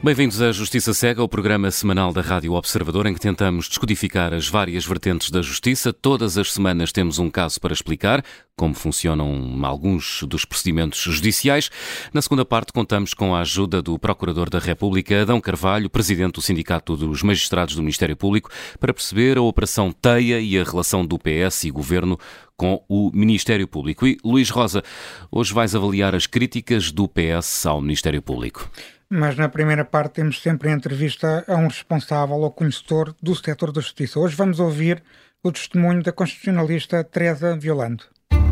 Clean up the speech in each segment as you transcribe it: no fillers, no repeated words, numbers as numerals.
Bem-vindos à Justiça Cega, o programa semanal da Rádio Observador, em que tentamos descodificar as várias vertentes da justiça. Todas as semanas temos um caso para explicar como funcionam alguns dos procedimentos judiciais. Na segunda parte, contamos com a ajuda do Procurador da República, Adão Carvalho, presidente do Sindicato dos Magistrados do Ministério Público, para perceber a Operação Teia e a relação do PS e Governo com o Ministério Público. E, Luís Rosa, hoje vais avaliar as críticas do PS ao Ministério Público. Mas na primeira parte temos sempre a entrevista a um responsável ou conhecedor do setor da justiça. Hoje vamos ouvir o testemunho da constitucionalista Teresa Violante.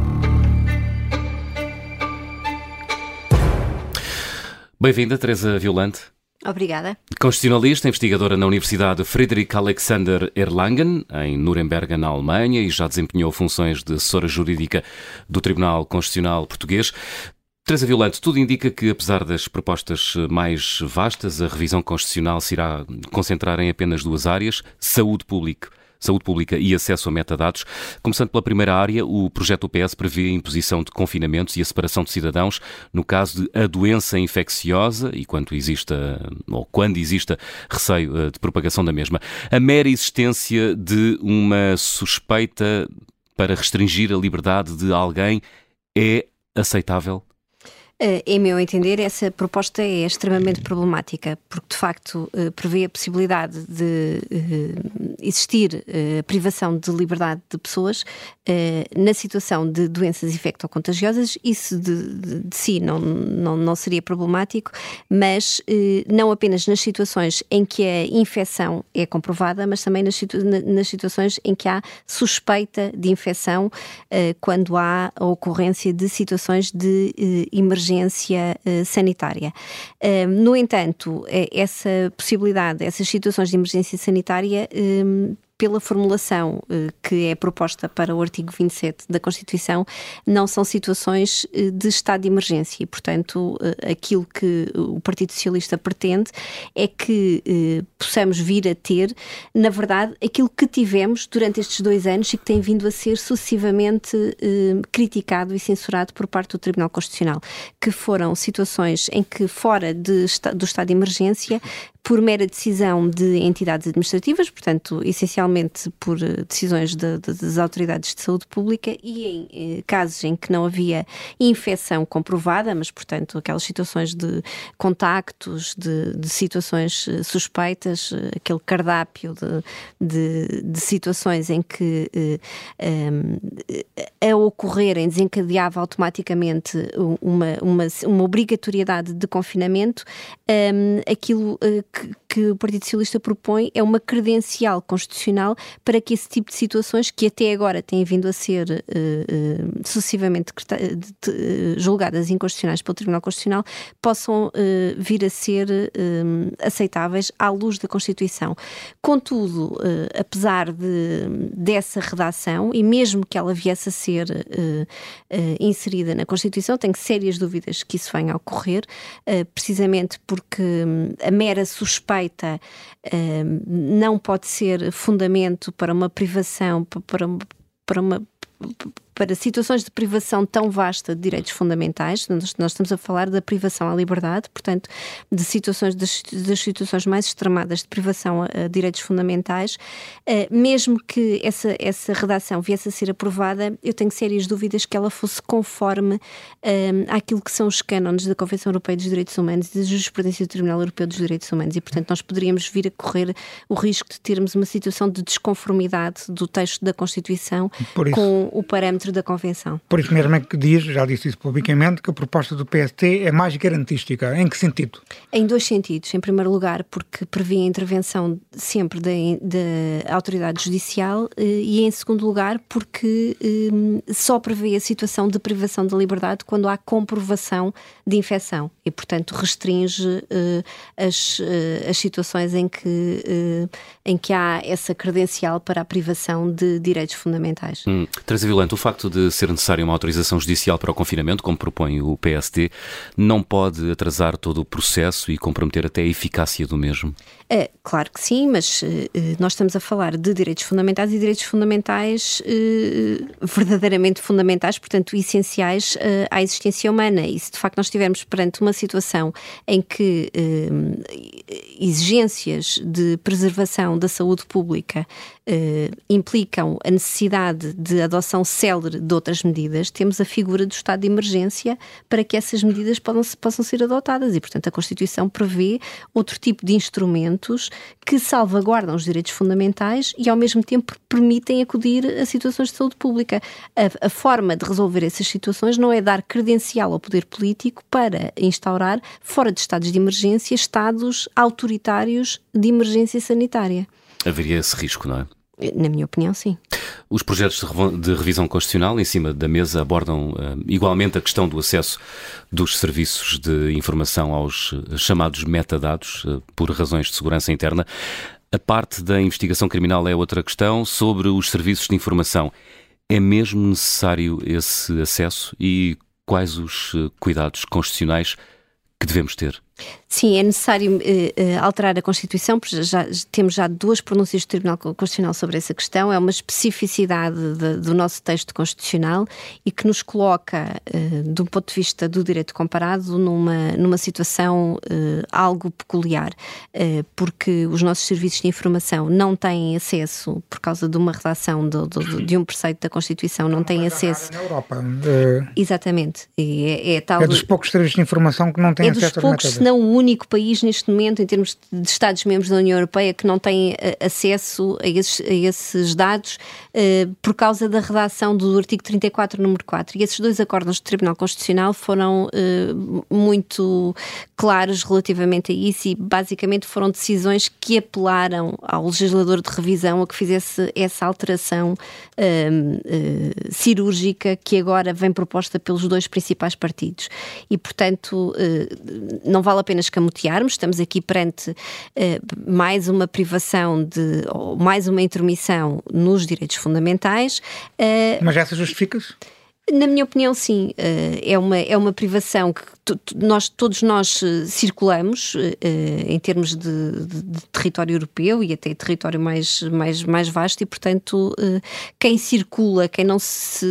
Bem-vinda, Teresa Violante. Obrigada. Constitucionalista, investigadora na Universidade Friedrich Alexander Erlangen, em Nuremberg, na Alemanha, e já desempenhou funções de assessora jurídica do Tribunal Constitucional Português. Teresa Violante, tudo indica que, apesar das propostas mais vastas, a revisão constitucional se irá concentrar em apenas duas áreas: saúde pública e acesso a metadados. Começando pela primeira área, o projeto do PS prevê a imposição de confinamentos e a separação de cidadãos no caso de a doença infecciosa e quando exista receio de propagação da mesma. A mera existência de uma suspeita para restringir a liberdade de alguém é aceitável? Em meu entender, essa proposta é extremamente problemática, porque de facto prevê a possibilidade de existir privação de liberdade de pessoas na situação de doenças infecto-contagiosas. Isso de si não seria problemático, mas não apenas nas situações em que a infecção é comprovada, mas também nas situações em que há suspeita de infecção, quando há a ocorrência de situações de emergência sanitária. No entanto, essa possibilidade, essas situações de emergência sanitária, pela formulação que é proposta para o artigo 27 da Constituição, não são situações de estado de emergência e, portanto, aquilo que o Partido Socialista pretende é que possamos vir a ter, na verdade, aquilo que tivemos durante estes 2 anos e que tem vindo a ser sucessivamente criticado e censurado por parte do Tribunal Constitucional, que foram situações em que, fora do estado de emergência, por mera decisão de entidades administrativas, portanto, essencialmente por decisões das autoridades de saúde pública, e em casos em que não havia infecção comprovada, mas, portanto, aquelas situações de contactos, de situações suspeitas, aquele cardápio de situações em que a ocorrerem desencadeava automaticamente uma obrigatoriedade de confinamento. Aquilo que o Partido Socialista propõe é uma credencial constitucional para que esse tipo de situações, que até agora têm vindo a ser sucessivamente julgadas inconstitucionais pelo Tribunal Constitucional, possam vir a ser aceitáveis à luz da Constituição. Contudo, apesar dessa redação, e mesmo que ela viesse a ser inserida na Constituição, tenho sérias dúvidas que isso venha a ocorrer, precisamente porque a mera suspeita não pode ser fundamento para uma privação, para situações de privação tão vasta de direitos fundamentais. Nós estamos a falar da privação à liberdade, portanto, de situações das situações mais extremadas de privação a direitos fundamentais. Mesmo que essa redação viesse a ser aprovada, eu tenho sérias dúvidas que ela fosse conforme àquilo que são os cânones da Convenção Europeia dos Direitos Humanos e da jurisprudência do Tribunal Europeu dos Direitos Humanos, e, portanto, nós poderíamos vir a correr o risco de termos uma situação de desconformidade do texto da Constituição com o parâmetro da Convenção. Por isso mesmo é que já disse isso publicamente, que a proposta do PST é mais garantística. Em que sentido? Em 2 sentidos. Em primeiro lugar, porque prevê a intervenção sempre da autoridade judicial, e em segundo lugar, porque só prevê a situação de privação da liberdade quando há comprovação de infecção e, portanto, restringe as situações em que há essa credencial para a privação de direitos fundamentais. Teresa Violante, o facto de ser necessária uma autorização judicial para o confinamento, como propõe o PSD, não pode atrasar todo o processo e comprometer até a eficácia do mesmo? Claro que sim, mas nós estamos a falar de direitos fundamentais e direitos fundamentais verdadeiramente fundamentais, portanto essenciais à existência humana. E se de facto nós estivermos perante uma situação em que exigências de preservação da saúde pública implicam a necessidade de adoção célere de outras medidas, temos a figura do estado de emergência para que essas medidas possam ser adotadas e, portanto, a Constituição prevê outro tipo de instrumentos que salvaguardam os direitos fundamentais e, ao mesmo tempo, permitem acudir a situações de saúde pública. A forma de resolver essas situações não é dar credencial ao poder político para instaurar, fora de estados de emergência, estados autoritários de emergência sanitária. Haveria esse risco, não é? Na minha opinião, sim. Os projetos de revisão constitucional em cima da mesa abordam igualmente a questão do acesso dos serviços de informação aos chamados metadados, por razões de segurança interna. A parte da investigação criminal é outra questão. Sobre os serviços de informação, é mesmo necessário esse acesso e quais os cuidados constitucionais que devemos ter? Sim, é necessário alterar a Constituição, porque temos já 2 pronúncias do Tribunal Constitucional sobre essa questão. É uma especificidade do nosso texto constitucional e que nos coloca, do ponto de vista do direito comparado, numa situação algo peculiar, porque os nossos serviços de informação não têm acesso, por causa de uma redação de um preceito da Constituição, não têm acesso... Na Europa. Exatamente. É dos poucos serviços de informação que não têm acesso a poucos, se não o único país neste momento, em termos de Estados-membros da União Europeia, que não tem acesso a esses dados por causa da redação do artigo 34, número 4. E esses 2 acordos do Tribunal Constitucional foram muito claros relativamente a isso e basicamente foram decisões que apelaram ao legislador de revisão a que fizesse essa alteração cirúrgica que agora vem proposta pelos 2 principais partidos. E, portanto, não vale a pena escamotearmos, estamos aqui perante mais uma privação ou mais uma intromissão nos direitos fundamentais. Mas essa justifica-se? Na minha opinião, sim. É uma privação que todos nós circulamos em termos de território europeu e até território mais vasto e, portanto, quem circula, quem não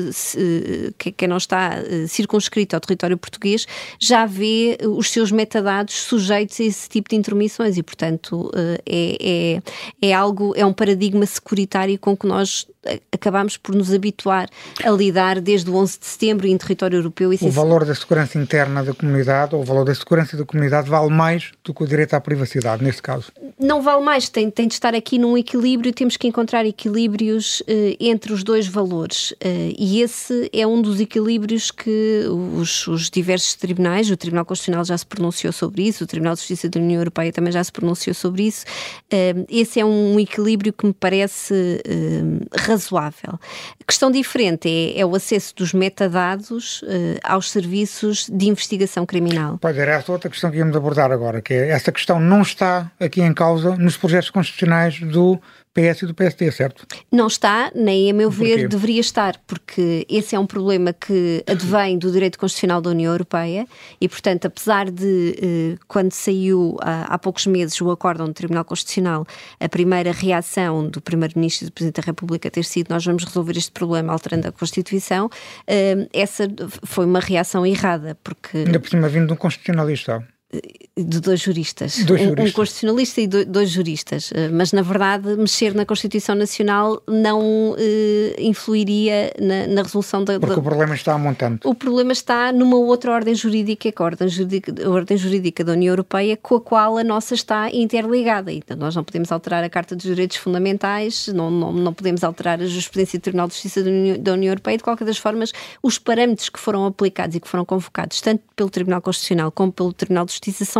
está circunscrito ao território português já vê os seus metadados sujeitos a esse tipo de intromissões e, portanto, é um paradigma securitário com que nós acabamos por nos habituar a lidar desde o 11 de setembro em território europeu. O valor da segurança interna da comunidade, ou o valor da segurança da comunidade, vale mais do que o direito à privacidade, neste caso? Não vale mais, tem de estar aqui num equilíbrio, temos que encontrar equilíbrios entre os 2 valores e esse é um dos equilíbrios que os diversos tribunais, o Tribunal Constitucional já se pronunciou sobre isso, o Tribunal de Justiça da União Europeia também já se pronunciou sobre isso. Esse é um equilíbrio que me parece razoável. A questão diferente é o acesso dos metadados aos serviços de investigação criminal. Pois era essa outra questão que íamos abordar agora, que é essa questão não está aqui em causa nos projetos constitucionais do PS e do PSD, certo? Não está, nem a meu ver deveria estar, porque esse é um problema que advém do direito constitucional da União Europeia e, portanto, apesar de, quando saiu há poucos meses o acórdão do Tribunal Constitucional, a primeira reação do Primeiro-Ministro e do Presidente da República ter sido nós vamos resolver este problema alterando a Constituição, essa foi uma reação errada, porque... Ainda por cima vindo de um constitucionalista. De 2 juristas. Um constitucionalista e 2 juristas. Mas, na verdade, mexer na Constituição Nacional não influiria na resolução da... Porque o problema está montante. O problema está numa outra ordem jurídica, que é a ordem jurídica da União Europeia, com a qual a nossa está interligada. Então, nós não podemos alterar a Carta dos Direitos Fundamentais, não podemos alterar a jurisprudência do Tribunal de Justiça da União Europeia. De qualquer das formas, os parâmetros que foram aplicados e que foram convocados, tanto pelo Tribunal Constitucional como pelo Tribunal de Justiça, são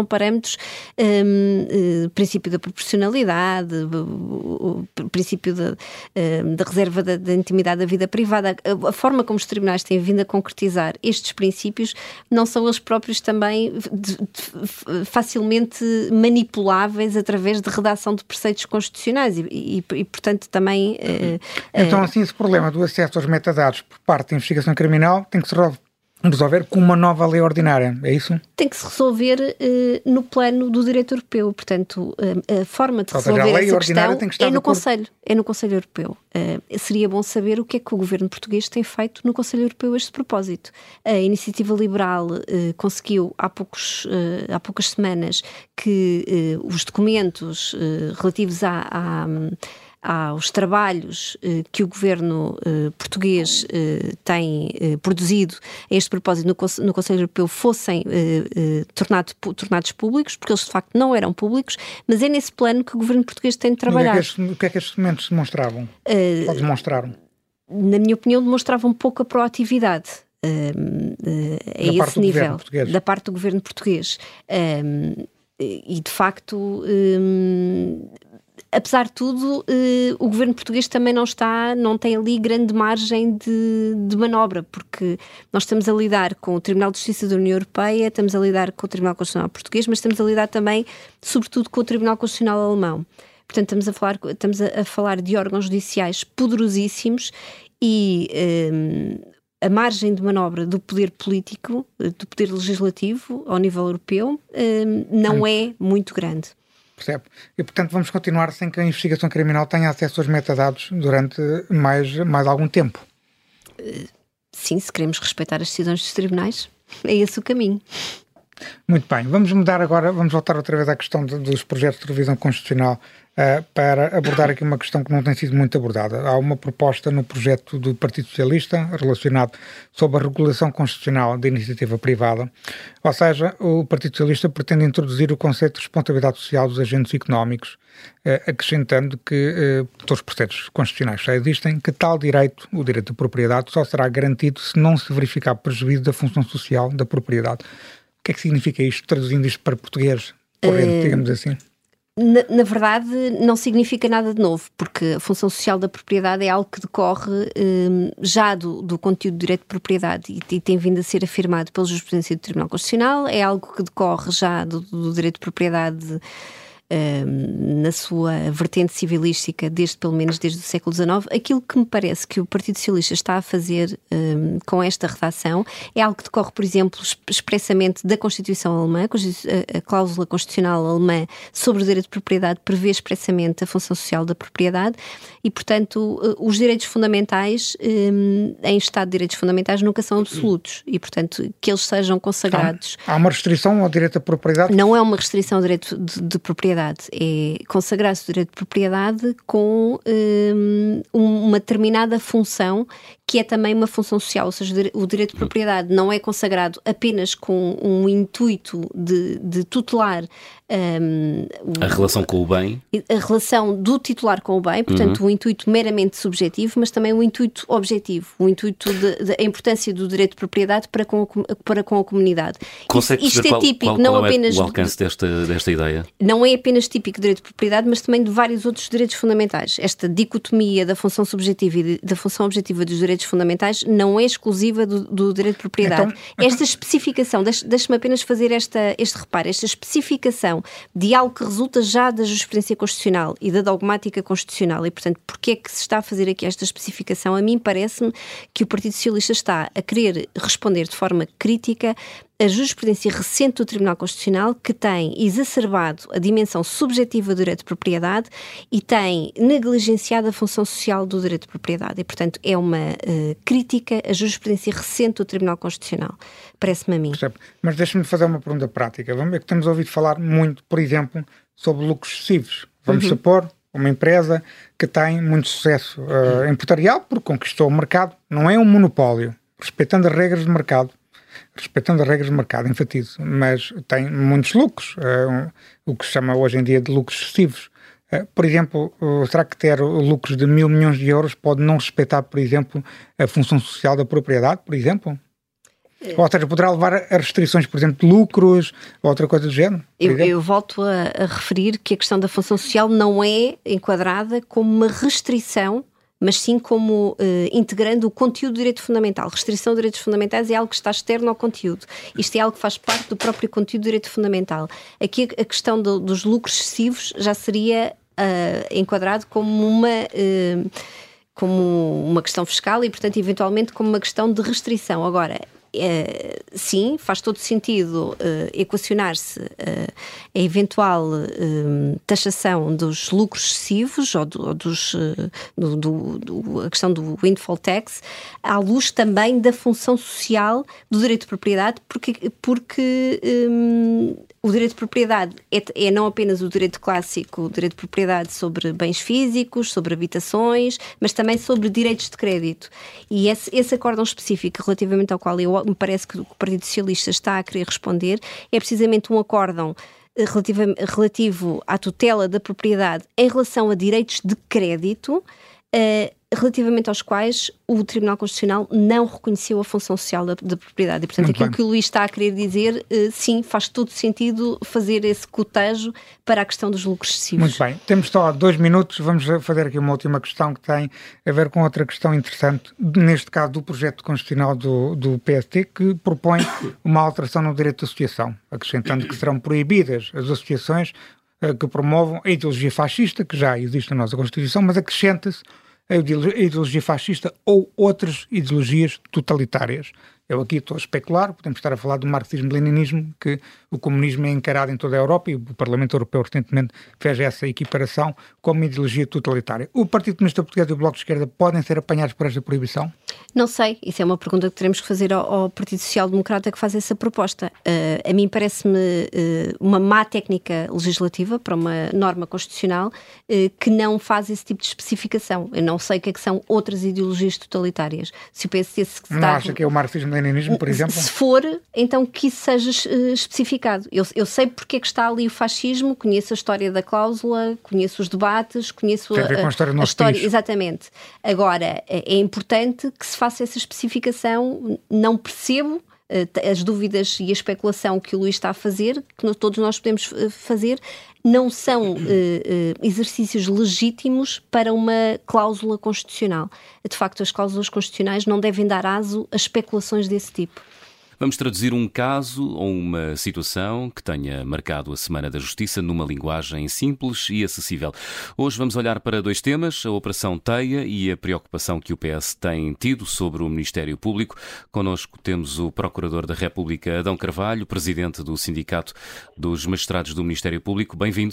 parâmetros, princípio da proporcionalidade, o princípio da reserva da intimidade da vida privada, a forma como os tribunais têm vindo a concretizar estes princípios não são eles próprios também facilmente manipuláveis através de redação de preceitos constitucionais e portanto, também... Então, assim, esse problema do acesso aos metadados por parte da investigação criminal tem que se resolver com uma nova lei ordinária, é isso? Tem que se resolver no plano do direito europeu. Portanto, a forma de resolver essa questão é no Conselho Europeu. Seria bom saber o que é que o governo português tem feito no Conselho Europeu a este propósito. A Iniciativa Liberal conseguiu há poucas semanas que os documentos relativos aos trabalhos que o governo português tem produzido a este propósito no Conselho Europeu fossem tornados públicos, porque eles de facto não eram públicos, mas é nesse plano que o governo português tem de trabalhar. O que é que estes documentos demonstravam? Ou demonstraram? Na minha opinião, demonstravam pouca proatividade. A esse nível, da parte do governo português. E de facto... apesar de tudo, o governo português também não tem ali grande margem de manobra, porque nós estamos a lidar com o Tribunal de Justiça da União Europeia, estamos a lidar com o Tribunal Constitucional Português, mas estamos a lidar também, sobretudo, com o Tribunal Constitucional Alemão. Portanto, estamos a falar de órgãos judiciais poderosíssimos e a margem de manobra do poder político, do poder legislativo ao nível europeu, não é muito grande. Percebe? E, portanto, vamos continuar sem que a investigação criminal tenha acesso aos metadados durante mais algum tempo. Sim, se queremos respeitar as decisões dos tribunais, é esse o caminho. Muito bem. Vamos voltar outra vez à questão dos projetos de revisão constitucional para abordar aqui uma questão que não tem sido muito abordada. Há uma proposta no projeto do Partido Socialista relacionado sobre a regulação constitucional da iniciativa privada, ou seja, o Partido Socialista pretende introduzir o conceito de responsabilidade social dos agentes económicos, acrescentando que todos os preceitos constitucionais já existem, que tal direito, o direito de propriedade, só será garantido se não se verificar prejuízo da função social da propriedade. O que é que significa isto, traduzindo isto para português corrente, digamos assim? Na verdade, não significa nada de novo, porque a função social da propriedade é algo que decorre já do conteúdo do direito de propriedade e tem vindo a ser afirmado pela jurisprudência do Tribunal Constitucional, é algo que decorre já do direito de propriedade na sua vertente civilística pelo menos desde o século XIX. Aquilo que me parece que o Partido Socialista está a fazer com esta redação é algo que decorre, por exemplo, expressamente da Constituição alemã. A cláusula constitucional alemã sobre o direito de propriedade prevê expressamente a função social da propriedade e, portanto, os direitos fundamentais em Estado de direitos fundamentais nunca são absolutos e, portanto, que eles sejam consagrados. Há uma restrição ao direito da propriedade? Não é uma restrição ao direito de propriedade. É consagrar-se o direito de propriedade com uma determinada função que é também uma função social, ou seja, o direito de propriedade não é consagrado apenas com um intuito de tutelar a relação com o bem. A relação do titular com o bem, portanto, um intuito meramente subjetivo, mas também um intuito objetivo, um intuito da importância do direito de propriedade para com a comunidade. Isto é típico, não apenas o alcance desta ideia? Não é apenas típico do direito de propriedade, mas também de vários outros direitos fundamentais. Esta dicotomia da função subjetiva e da função objetiva dos direitos fundamentais não é exclusiva do direito de propriedade. Esta especificação, deixe-me apenas fazer este reparo, esta especificação de algo que resulta já da jurisprudência constitucional e da dogmática constitucional e, portanto, porque é que se está a fazer aqui esta especificação? A mim parece-me que o Partido Socialista está a querer responder de forma crítica a jurisprudência recente do Tribunal Constitucional, que tem exacerbado a dimensão subjetiva do direito de propriedade e tem negligenciado a função social do direito de propriedade. E, portanto, é uma crítica à jurisprudência recente do Tribunal Constitucional. Parece-me a mim. Mas deixa-me fazer uma pergunta prática. Vamos ver que temos ouvido falar muito, por exemplo, sobre lucros excessivos. Vamos supor uma empresa que tem muito sucesso empresarial porque conquistou o mercado. Não é um monopólio, respeitando as regras de mercado. Enfatizo, mas tem muitos lucros, o que se chama hoje em dia de lucros excessivos. Por exemplo, será que ter lucros de 1.000 milhões de euros pode não respeitar, por exemplo, a função social da propriedade, por exemplo? Ou seja, poderá levar a restrições, por exemplo, de lucros ou outra coisa do género? Eu volto a referir que a questão da função social não é enquadrada como uma restrição, mas sim como integrando o conteúdo do direito fundamental. Restrição de direitos fundamentais é algo que está externo ao conteúdo. Isto é algo que faz parte do próprio conteúdo do direito fundamental. Aqui a questão dos lucros excessivos já seria enquadrado como uma questão fiscal e, portanto, eventualmente como uma questão de restrição. Agora, sim, faz todo sentido equacionar-se a eventual taxação dos lucros excessivos ou a questão do windfall tax à luz também da função social do direito de propriedade, porque o direito de propriedade é não apenas o direito clássico, o direito de propriedade sobre bens físicos, sobre habitações, mas também sobre direitos de crédito. E esse acórdão específico relativamente ao qual me parece que o Partido Socialista está a querer responder é precisamente um acórdão relativo à tutela da propriedade em relação a direitos de crédito, relativamente aos quais o Tribunal Constitucional não reconheceu a função social da propriedade. E, portanto, Muito aquilo bem. que o Luís está a querer dizer, sim, faz todo sentido fazer esse cotejo para a questão dos lucros excessivos. Muito bem. Temos só 2 minutos. Vamos fazer aqui uma última questão que tem a ver com outra questão interessante, neste caso do projeto constitucional do PST, que propõe uma alteração no direito de associação, acrescentando que serão proibidas as associações que promovam a ideologia fascista, que já existe na nossa Constituição, mas acrescenta-se a ideologia fascista ou outras ideologias totalitárias. Eu aqui estou a especular, podemos estar a falar do marxismo-leninismo, que o comunismo é encarado em toda a Europa e o Parlamento Europeu recentemente fez essa equiparação como ideologia totalitária. O Partido Comunista Português e o Bloco de Esquerda podem ser apanhados por esta proibição? Não sei, isso é uma pergunta que teremos que fazer ao Partido Social Democrata que faz essa proposta. A mim parece-me uma má técnica legislativa para uma norma constitucional que não faz esse tipo de especificação. Eu não sei o que é que são outras ideologias totalitárias. Se o PSD Não acha que é o marxismo-leninismo, por exemplo? Se for, então que isso seja especificado. Eu sei porque é que está ali o fascismo, conheço a história da cláusula, conheço os debates, conheço Tem a ver com a história do nosso país. Exatamente. Agora, é importante que se faça essa especificação. Não percebo as dúvidas e a especulação que o Luís está a fazer, que todos nós podemos fazer, não são exercícios legítimos para uma cláusula constitucional. De facto, as cláusulas constitucionais não devem dar aso a especulações desse tipo. Vamos traduzir um caso ou uma situação que tenha marcado a Semana da Justiça numa linguagem simples e acessível. Hoje vamos olhar para 2 temas, a Operação Teia e a preocupação que o PS tem tido sobre o Ministério Público. Connosco temos o Procurador da República, Adão Carvalho, Presidente do Sindicato dos Magistrados do Ministério Público. Bem-vindo.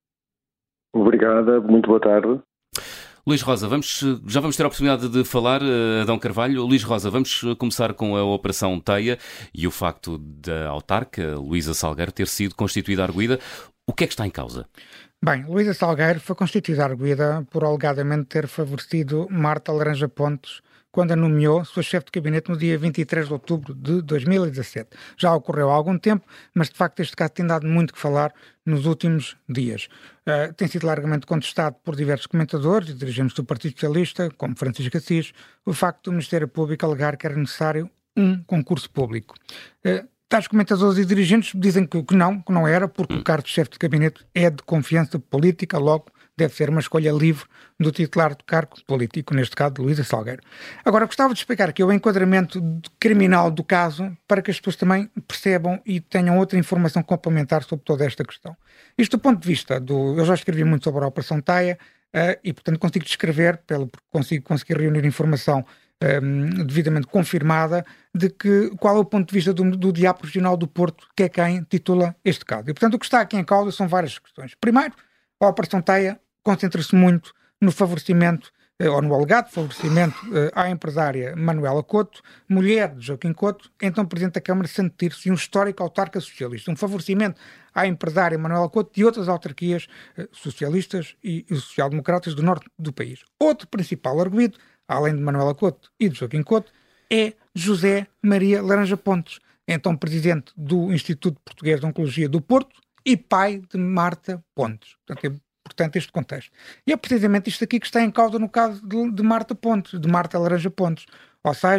Obrigada, muito boa tarde. Luís Rosa, já vamos ter a oportunidade de falar, Adão Carvalho. Luís Rosa, vamos começar com a Operação Teia e o facto da autarca Luísa Salgueiro ter sido constituída arguida. O que é que está em causa? Bem, Luísa Salgueiro foi constituída arguida por alegadamente ter favorecido Marta Laranja Pontes quando a nomeou sua chefe de gabinete no dia 23 de outubro de 2017. Já ocorreu há algum tempo, mas de facto este caso tem dado muito que falar nos últimos dias. Tem sido largamente contestado por diversos comentadores e dirigentes do Partido Socialista, como Francisco Assis, o facto do Ministério Público alegar que era necessário um concurso público. Tais comentadores e dirigentes dizem que não era, porque o cargo de chefe de gabinete é de confiança política, logo deve ser uma escolha livre do titular do cargo político, neste caso de Luísa Salgueiro. Agora, gostava de explicar aqui o enquadramento criminal do caso para que as pessoas também percebam e tenham outra informação complementar sobre toda esta questão. Isto do ponto de vista eu já escrevi muito sobre a Operação Teia e, portanto, consigo descrever, porque conseguir reunir informação devidamente confirmada de qual é o ponto de vista do Diabo Regional do Porto, que é quem titula este caso. E, portanto, o que está aqui em causa são várias questões. Primeiro, a Operação Teia concentra-se muito no favorecimento, ou no alegado favorecimento à empresária Manuela Couto, mulher de Joaquim Couto, então Presidente da Câmara de Santo Tirso e um histórico autarca socialista. Um favorecimento à empresária Manuela Couto e outras autarquias socialistas e social-democratas do norte do país. Outro principal arguido, além de Manuela Couto e de Joaquim Couto, é José Maria Laranja Pontes, então Presidente do Instituto Português de Oncologia do Porto e pai de Marta Pontes. Portanto, este contexto. E é precisamente isto aqui que está em causa no caso de Marta Pontes, de Marta Laranja Pontes. Ou seja,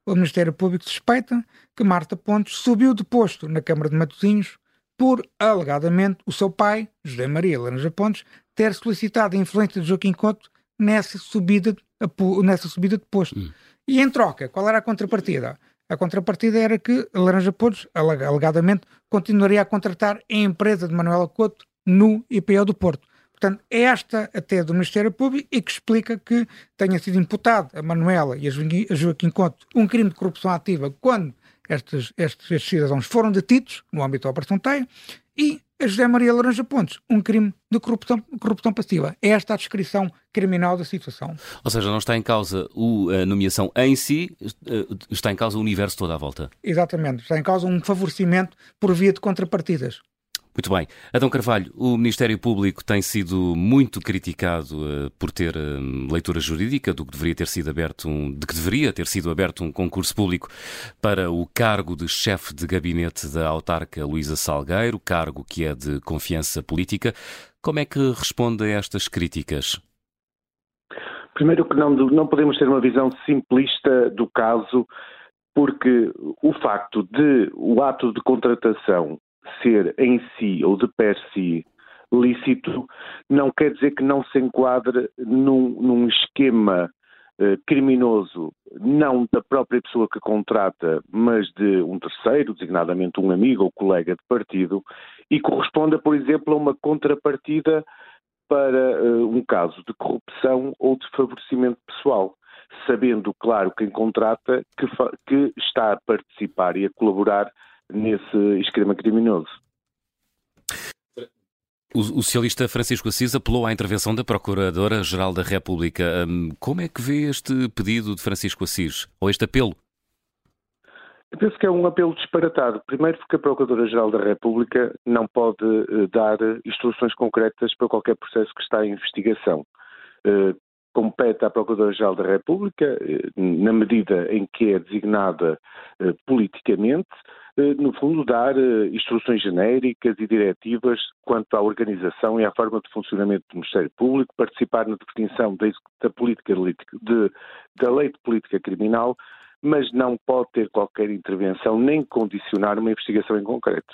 o Ministério Público suspeita que Marta Pontes subiu de posto na Câmara de Matosinhos por, alegadamente, o seu pai, José Maria Laranja Pontes, ter solicitado a influência de Joaquim Couto nessa subida de posto. E em troca, qual era a contrapartida? A contrapartida era que Laranja Pontes, alegadamente, continuaria a contratar a empresa de Manuela Couto no IPO do Porto. Portanto, é esta até do Ministério Público e que explica que tenha sido imputado a Manuela e a Joaquim Couto um crime de corrupção ativa quando estes cidadãos foram detidos no âmbito da Operação Teia e a José Maria Laranja Pontes um crime de corrupção passiva. É esta a descrição criminal da situação. Ou seja, não está em causa a nomeação em si, está em causa o universo todo à volta. Exatamente. Está em causa um favorecimento por via de contrapartidas. Muito bem. Adão Carvalho, o Ministério Público tem sido muito criticado por ter leitura jurídica de que deveria ter sido aberto um concurso público para o cargo de chefe de gabinete da autarca Luísa Salgueiro, cargo que é de confiança política. Como é que responde a estas críticas? Primeiro que não podemos ter uma visão simplista do caso, porque o facto de o ato de contratação ser em si ou de per si lícito, não quer dizer que não se enquadre num esquema criminoso, não da própria pessoa que contrata, mas de um terceiro, designadamente um amigo ou colega de partido, e corresponda, por exemplo, a uma contrapartida para um caso de corrupção ou de favorecimento pessoal, sabendo, claro, quem contrata que está a participar e a colaborar nesse esquema criminoso. O socialista Francisco Assis apelou à intervenção da Procuradora-Geral da República. Como é que vê este pedido de Francisco Assis, ou este apelo? Eu penso que é um apelo disparatado. Primeiro porque a Procuradora-Geral da República não pode dar instruções concretas para qualquer processo que está em investigação. Compete à Procuradora-Geral da República, na medida em que é designada politicamente, no fundo dar instruções genéricas e diretivas quanto à organização e à forma de funcionamento do Ministério Público, participar na definição da lei de política criminal, mas não pode ter qualquer intervenção nem condicionar uma investigação em concreto.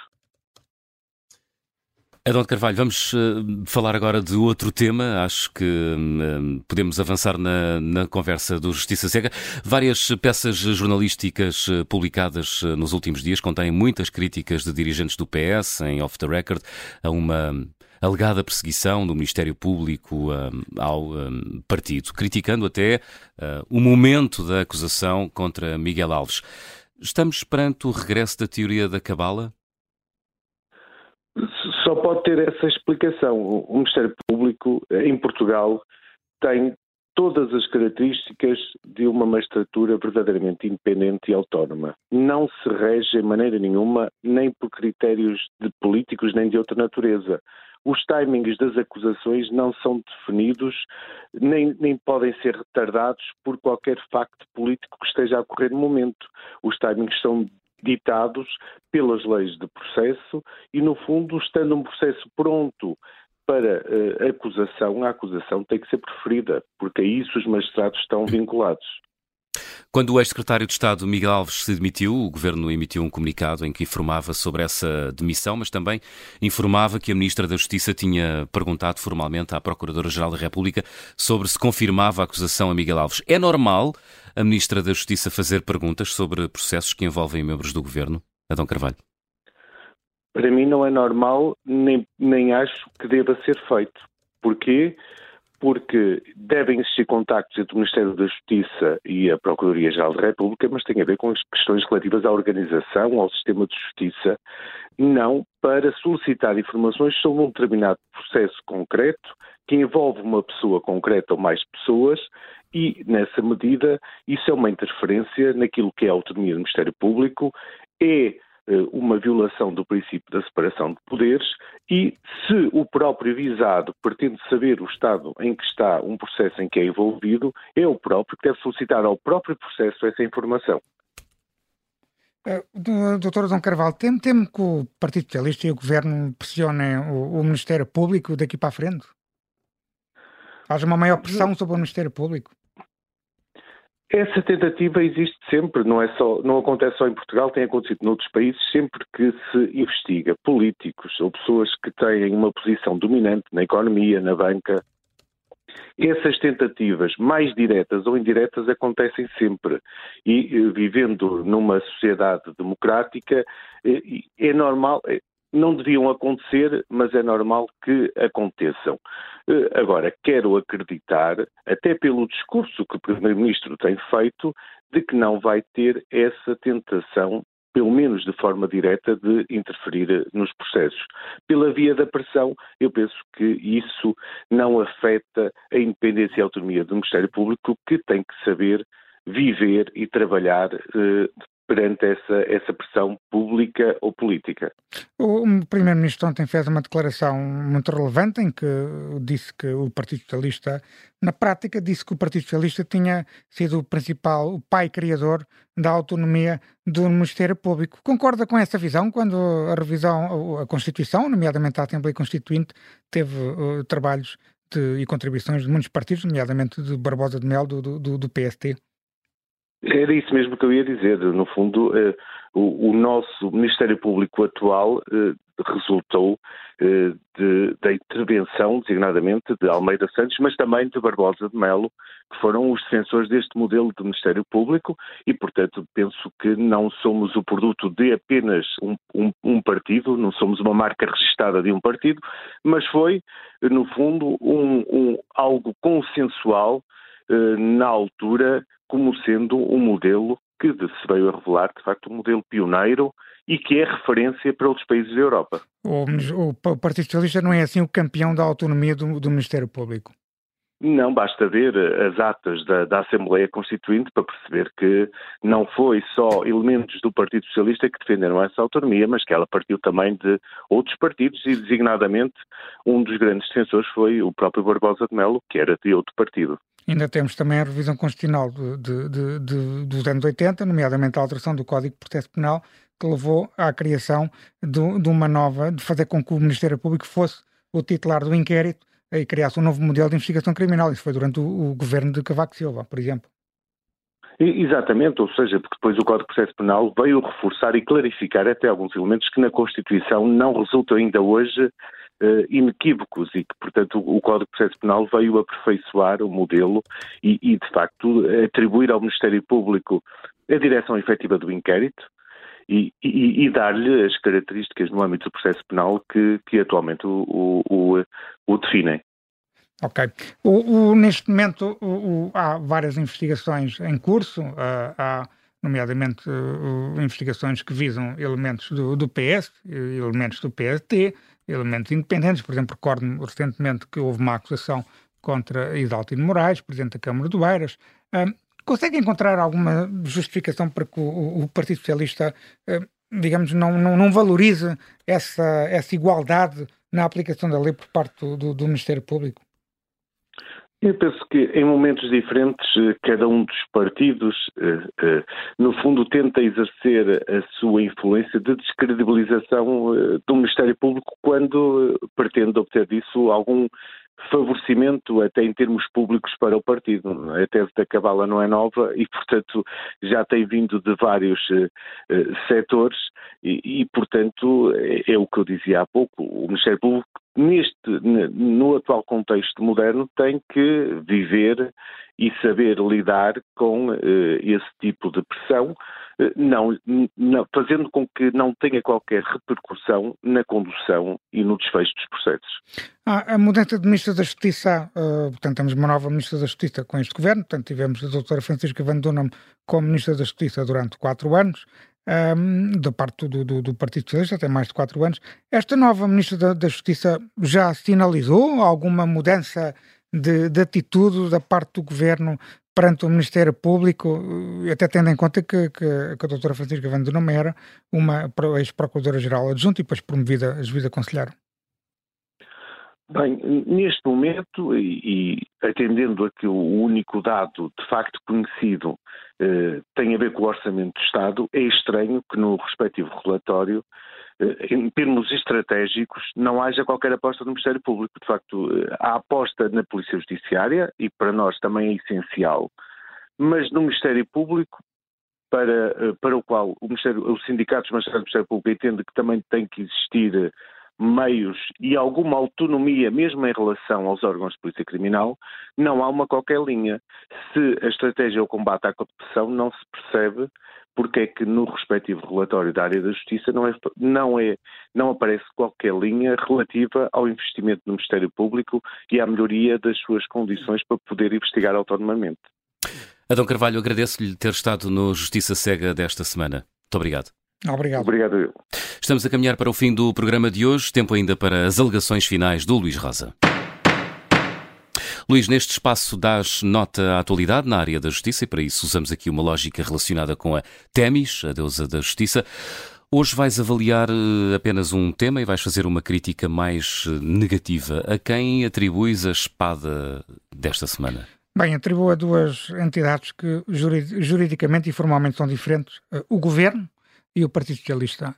Adão de Carvalho, vamos falar agora de outro tema. Acho que podemos avançar na conversa do Justiça Cega. Várias peças jornalísticas publicadas nos últimos dias contêm muitas críticas de dirigentes do PS, em off the record, a uma alegada perseguição do Ministério Público ao partido, criticando até o momento da acusação contra Miguel Alves. Estamos perante o regresso da teoria da cabala? Só pode ter essa explicação. O Ministério Público, em Portugal, tem todas as características de uma magistratura verdadeiramente independente e autónoma. Não se rege, em maneira nenhuma, nem por critérios de políticos, nem de outra natureza. Os timings das acusações não são definidos, nem podem ser retardados por qualquer facto político que esteja a ocorrer no momento. Os timings são ditados pelas leis de processo e, no fundo, estando um processo pronto para a acusação tem que ser preferida, porque a isso os magistrados estão vinculados. Quando o ex-secretário de Estado Miguel Alves se demitiu, o Governo emitiu um comunicado em que informava sobre essa demissão, mas também informava que a Ministra da Justiça tinha perguntado formalmente à Procuradora-Geral da República sobre se confirmava a acusação a Miguel Alves. É normal a Ministra da Justiça fazer perguntas sobre processos que envolvem membros do Governo? Adão Carvalho. Para mim não é normal, nem acho que deva ser feito. Porquê? Porque devem existir contactos entre o Ministério da Justiça e a Procuradoria-Geral da República, mas tem a ver com as questões relativas à organização, ao sistema de justiça, não para solicitar informações sobre um determinado processo concreto que envolve uma pessoa concreta ou mais pessoas e, nessa medida, isso é uma interferência naquilo que é a autonomia do Ministério Público, é uma violação do princípio da separação de poderes e, se o próprio visado pretende saber o estado em que está um processo em que é envolvido, é o próprio que deve solicitar ao próprio processo essa informação. Doutor Adão Carvalho, temo que o Partido Socialista e o Governo pressionem o Ministério Público daqui para a frente? Haja uma maior pressão sobre o Ministério Público? Essa tentativa existe sempre, não acontece só em Portugal, tem acontecido noutros países, sempre que se investiga políticos ou pessoas que têm uma posição dominante na economia, na banca. Essas tentativas, mais diretas ou indiretas, acontecem sempre. E vivendo numa sociedade democrática, é normal, não deviam acontecer, mas é normal que aconteçam. Agora, quero acreditar, até pelo discurso que o Primeiro-Ministro tem feito, de que não vai ter essa tentação, pelo menos de forma direta, de interferir nos processos. Pela via da pressão, eu penso que isso não afeta a independência e a autonomia do Ministério Público, que tem que saber viver e trabalhar perante essa pressão pública ou política. O Primeiro-Ministro ontem fez uma declaração muito relevante em que disse que o Partido Socialista, na prática, disse que o Partido Socialista tinha sido o pai criador da autonomia do Ministério Público. Concorda com essa visão quando a Constituição, nomeadamente a Assembleia Constituinte, teve trabalhos e contribuições de muitos partidos, nomeadamente de Barbosa de Mel, do PST? Era isso mesmo que eu ia dizer. No fundo, o nosso Ministério Público atual resultou da intervenção, designadamente, de Almeida Santos, mas também de Barbosa de Melo, que foram os defensores deste modelo de Ministério Público e, portanto, penso que não somos o produto de apenas um partido, não somos uma marca registada de um partido, mas foi, no fundo, algo consensual na altura, como sendo um modelo que se veio a revelar, de facto, um modelo pioneiro e que é referência para outros países da Europa. O Partido Socialista não é assim o campeão da autonomia do Ministério Público? Não, basta ver as atas da Assembleia Constituinte para perceber que não foi só elementos do Partido Socialista que defenderam essa autonomia, mas que ela partiu também de outros partidos e, designadamente, um dos grandes defensores foi o próprio Barbosa de Melo, que era de outro partido. Ainda temos também a revisão constitucional dos anos 80, nomeadamente a alteração do Código de Processo Penal, que levou à criação de fazer com que o Ministério Público fosse o titular do inquérito e criasse um novo modelo de investigação criminal. Isso foi durante o governo de Cavaco Silva, por exemplo. Exatamente, ou seja, porque depois o Código de Processo Penal veio reforçar e clarificar até alguns elementos que na Constituição não resultam ainda hoje inequívocos e que, portanto, o Código de Processo Penal veio aperfeiçoar o modelo e, de facto, atribuir ao Ministério Público a direção efetiva do inquérito e dar-lhe as características no âmbito do processo penal que atualmente o definem. Ok. Neste momento há várias investigações em curso, há nomeadamente investigações que visam elementos do PS, elementos do PST, elementos independentes. Por exemplo, recordo-me recentemente que houve uma acusação contra Isaltino Moraes, Presidente da Câmara do Eiras. Consegue encontrar alguma justificação para que o Partido Socialista, digamos, não valorize essa igualdade na aplicação da lei por parte do Ministério Público? Eu penso que em momentos diferentes cada um dos partidos, no fundo, tenta exercer a sua influência de descredibilização do Ministério Público quando pretende obter disso algum favorecimento até em termos públicos para o partido. A tese da cabala não é nova e, portanto, já tem vindo de vários setores e, portanto, é o que eu dizia há pouco, o Ministério Público no atual contexto moderno tem que viver e saber lidar com esse tipo de pressão, fazendo com que não tenha qualquer repercussão na condução e no desfecho dos processos. A mudança de Ministra da Justiça, portanto, temos uma nova Ministra da Justiça com este governo, portanto, tivemos a doutora Francisca Van Dunham como Ministra da Justiça durante 4 anos, da parte do Partido Socialista, até mais de 4 anos. Esta nova Ministra da Justiça já sinalizou alguma mudança de atitude da parte do Governo perante o Ministério Público, até tendo em conta que a doutora Francisca Van Dunham era uma ex-procuradora-geral adjunta e depois promovida a juíza conselheira? Bem, neste momento, e atendendo a que o único dado de facto conhecido tem a ver com o Orçamento do Estado, é estranho que no respectivo relatório, em termos estratégicos, não haja qualquer aposta no Ministério Público. De facto, a aposta na Polícia Judiciária, e para nós também é essencial, mas no Ministério Público, para o qual os sindicatos magistrados do Ministério Público entendem que também tem que existir meios e alguma autonomia, mesmo em relação aos órgãos de polícia criminal, não há uma qualquer linha. Se a estratégia é o combate à corrupção, não se percebe porque é que no respectivo relatório da área da Justiça não aparece qualquer linha relativa ao investimento no Ministério Público e à melhoria das suas condições para poder investigar autonomamente. Adão Carvalho, agradeço-lhe ter estado no Justiça Cega desta semana. Muito obrigado. Obrigado. Obrigado eu. Estamos a caminhar para o fim do programa de hoje. Tempo ainda para as alegações finais do Luís Rosa. Luís, neste espaço dás nota à atualidade na área da justiça e para isso usamos aqui uma lógica relacionada com a Temis, a deusa da justiça. Hoje vais avaliar apenas um tema e vais fazer uma crítica mais negativa. A quem atribuis a espada desta semana? Bem, atribuo a duas entidades que juridicamente e formalmente são diferentes, o Governo e o Partido Socialista.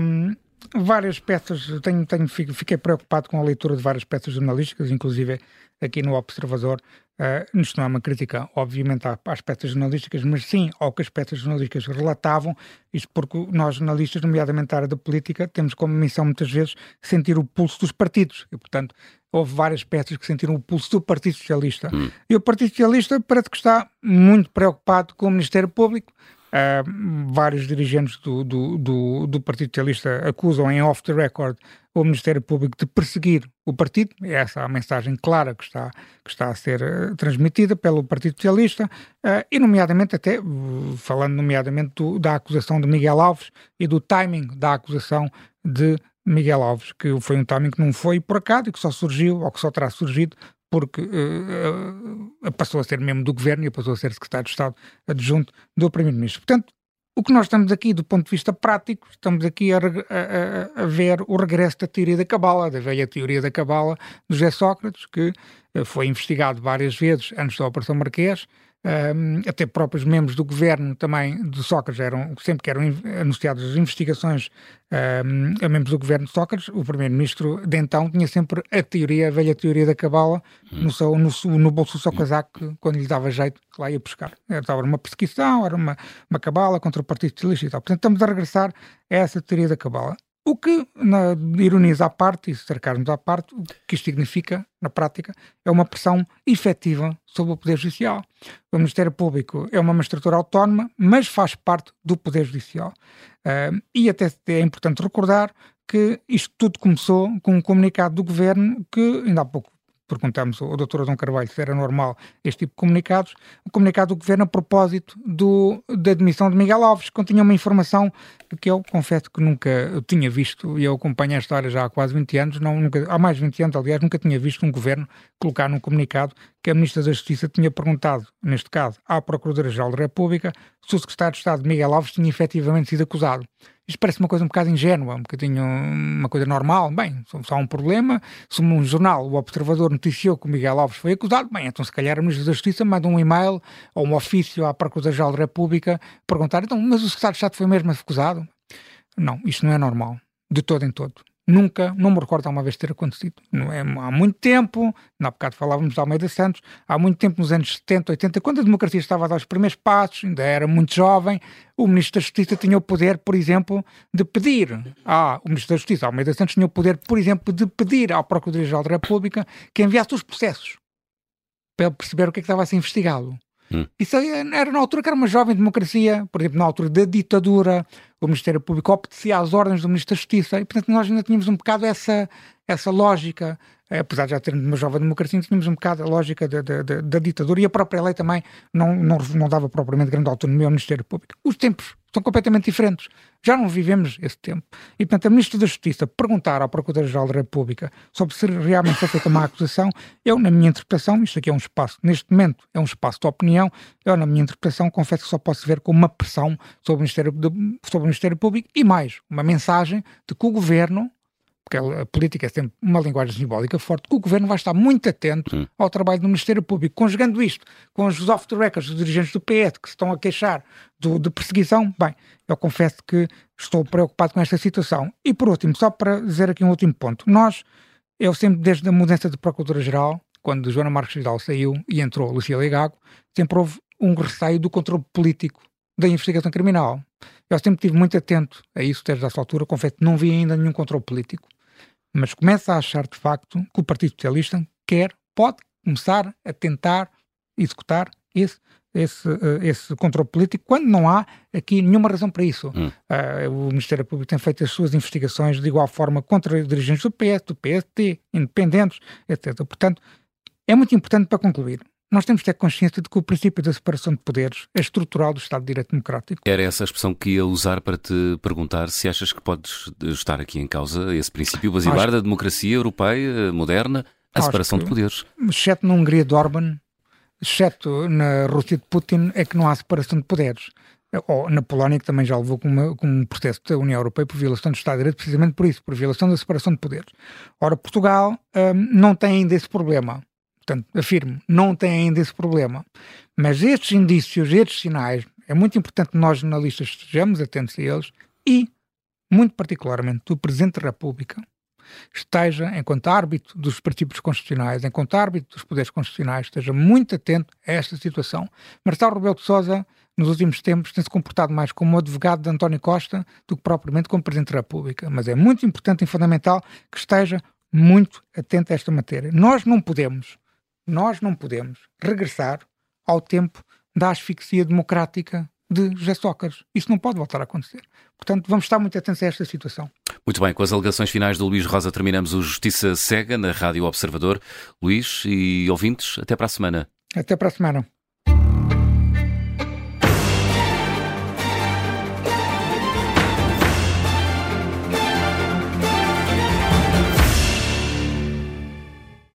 Várias peças, fiquei preocupado com a leitura de várias peças jornalísticas, inclusive aqui no Observador. Isto não é uma crítica, obviamente, às peças jornalísticas, mas sim ao que as peças jornalísticas relatavam, isto porque nós jornalistas, nomeadamente a área da política, temos como missão muitas vezes sentir o pulso dos partidos e, portanto, houve várias peças que sentiram o pulso do Partido Socialista. E o Partido Socialista parece que está muito preocupado com o Ministério Público. Vários dirigentes do Partido Socialista acusam em off the record o Ministério Público de perseguir o partido. Essa é a mensagem clara que está a ser transmitida pelo Partido Socialista, e nomeadamente até, falando nomeadamente da acusação de Miguel Alves e do timing da acusação de Miguel Alves, que foi um timing que não foi por acaso e que só surgiu, ou que só terá surgido, porque passou a ser membro do Governo e passou a ser secretário de Estado adjunto do Primeiro-Ministro. Portanto, o que nós estamos aqui, do ponto de vista prático, estamos aqui a ver o regresso da teoria da cabala, da velha teoria da cabala de José Sócrates, que foi investigado várias vezes antes da Operação Marquês. Até próprios membros do governo também de Sócrates sempre que eram anunciadas as investigações a membros do governo de Sócrates, o primeiro-ministro de então tinha sempre a velha teoria da cabala no bolso do seu casaco, quando lhe dava jeito, que lá ia buscar. Era uma perseguição, era uma cabala contra o Partido Socialista e tal. Portanto, estamos a regressar a essa teoria da cabala. O que, ironias à parte e sarcasmos à parte, o que isto significa, na prática, é uma pressão efetiva sobre o Poder Judicial. O Ministério Público é uma magistratura autónoma, mas faz parte do Poder Judicial. E até é importante recordar que isto tudo começou com um comunicado do Governo que, ainda há pouco, perguntamos ao Dr. Adão Carvalho se era normal este tipo de comunicados, o comunicado do Governo a propósito da admissão de Miguel Alves, que continha uma informação que eu confesso que nunca tinha visto, e eu acompanho esta área já há quase 20 anos, há mais de 20 anos, aliás, nunca tinha visto um Governo colocar num comunicado que a Ministra da Justiça tinha perguntado, neste caso, à Procuradora-Geral da República, se o Secretário de Estado Miguel Alves tinha efetivamente sido acusado. Isto parece uma coisa um bocado ingênua, um bocadinho uma coisa normal. Bem, só há um problema. Se um jornal, o Observador, noticiou que o Miguel Alves foi acusado, bem, então se calhar a Ministra da Justiça manda um e-mail ou um ofício à Procuradora-Geral da República perguntar, então, mas o Secretário de Estado foi mesmo acusado? Não, isto não é normal, de todo em todo. Nunca, não me recordo alguma vez ter acontecido. Não é, há muito tempo, há bocado falávamos de Almeida Santos, há muito tempo, nos anos 70, 80, quando a democracia estava a dar os primeiros passos, ainda era muito jovem, o Ministro da Justiça tinha o poder, por exemplo, de pedir o Ministro da Justiça, Almeida Santos, tinha o poder, por exemplo, de pedir ao Procurador-Geral da República que enviasse os processos para ele perceber o que é que estava a ser investigado. Isso era na altura que era uma jovem democracia, por exemplo, na altura da ditadura, o Ministério Público obedecia às ordens do Ministro da Justiça e, portanto, nós ainda tínhamos um bocado essa lógica, apesar de já termos uma jovem democracia, tínhamos um bocado a lógica da ditadura, e a própria lei também não dava propriamente grande autonomia ao Ministério Público. Os tempos são completamente diferentes. Já não vivemos esse tempo. E, portanto, a Ministra da Justiça perguntar ao Procurador-Geral da República sobre se realmente foi feita uma acusação, eu, na minha interpretação, isto aqui é um espaço, neste momento, é um espaço de opinião, eu, na minha interpretação, confesso que só posso ver como uma pressão sobre o Ministério Público e mais, uma mensagem de que o Governo, porque a política é sempre uma linguagem simbólica forte, que o Governo vai estar muito atento ao trabalho do Ministério Público. Conjugando isto com os off the records dos dirigentes do PS que se estão a queixar de perseguição, bem, eu confesso que estou preocupado com esta situação. E por último, só para dizer aqui um último ponto, eu sempre, desde a mudança de Procuradora-Geral, quando Joana Marques Vidal saiu e entrou Lucília Gago, sempre houve um receio do controle político da investigação criminal. Eu sempre estive muito atento a isso desde essa altura, confesso que não vi ainda nenhum controle político, mas começo a achar de facto que o Partido Socialista pode começar a tentar executar esse controle político quando não há aqui nenhuma razão para isso. O Ministério Público tem feito as suas investigações de igual forma contra dirigentes do PS, do PST, independentes, etc. Portanto, é muito importante para concluir. Nós temos de ter consciência de que o princípio da separação de poderes é estrutural do Estado de Direito Democrático. Era essa a expressão que ia usar para te perguntar se achas que podes estar aqui em causa esse princípio basilar da democracia europeia, moderna, a separação de poderes. Exceto na Hungria de Orbán, exceto na Rússia de Putin, é que não há separação de poderes. Ou na Polónia, que também já levou com um processo da União Europeia por violação do Estado de Direito, precisamente por isso, por violação da separação de poderes. Ora, Portugal não tem ainda esse problema. Portanto, afirmo, não tem ainda esse problema. Mas estes indícios, estes sinais, é muito importante que nós, jornalistas, estejamos atentos a eles e, muito particularmente, o Presidente da República esteja, enquanto árbitro dos princípios constitucionais, enquanto árbitro dos poderes constitucionais, esteja muito atento a esta situação. Marcelo Rebelo de Sousa, nos últimos tempos, tem-se comportado mais como advogado de António Costa do que propriamente como Presidente da República. Mas é muito importante e fundamental que esteja muito atento a esta matéria. Nós não podemos regressar ao tempo da asfixia democrática de José Sócrates. Isso não pode voltar a acontecer. Portanto, vamos estar muito atentos a esta situação. Muito bem, com as alegações finais do Luís Rosa terminamos o Justiça Cega na Rádio Observador. Luís e ouvintes, até para a semana. Até para a semana.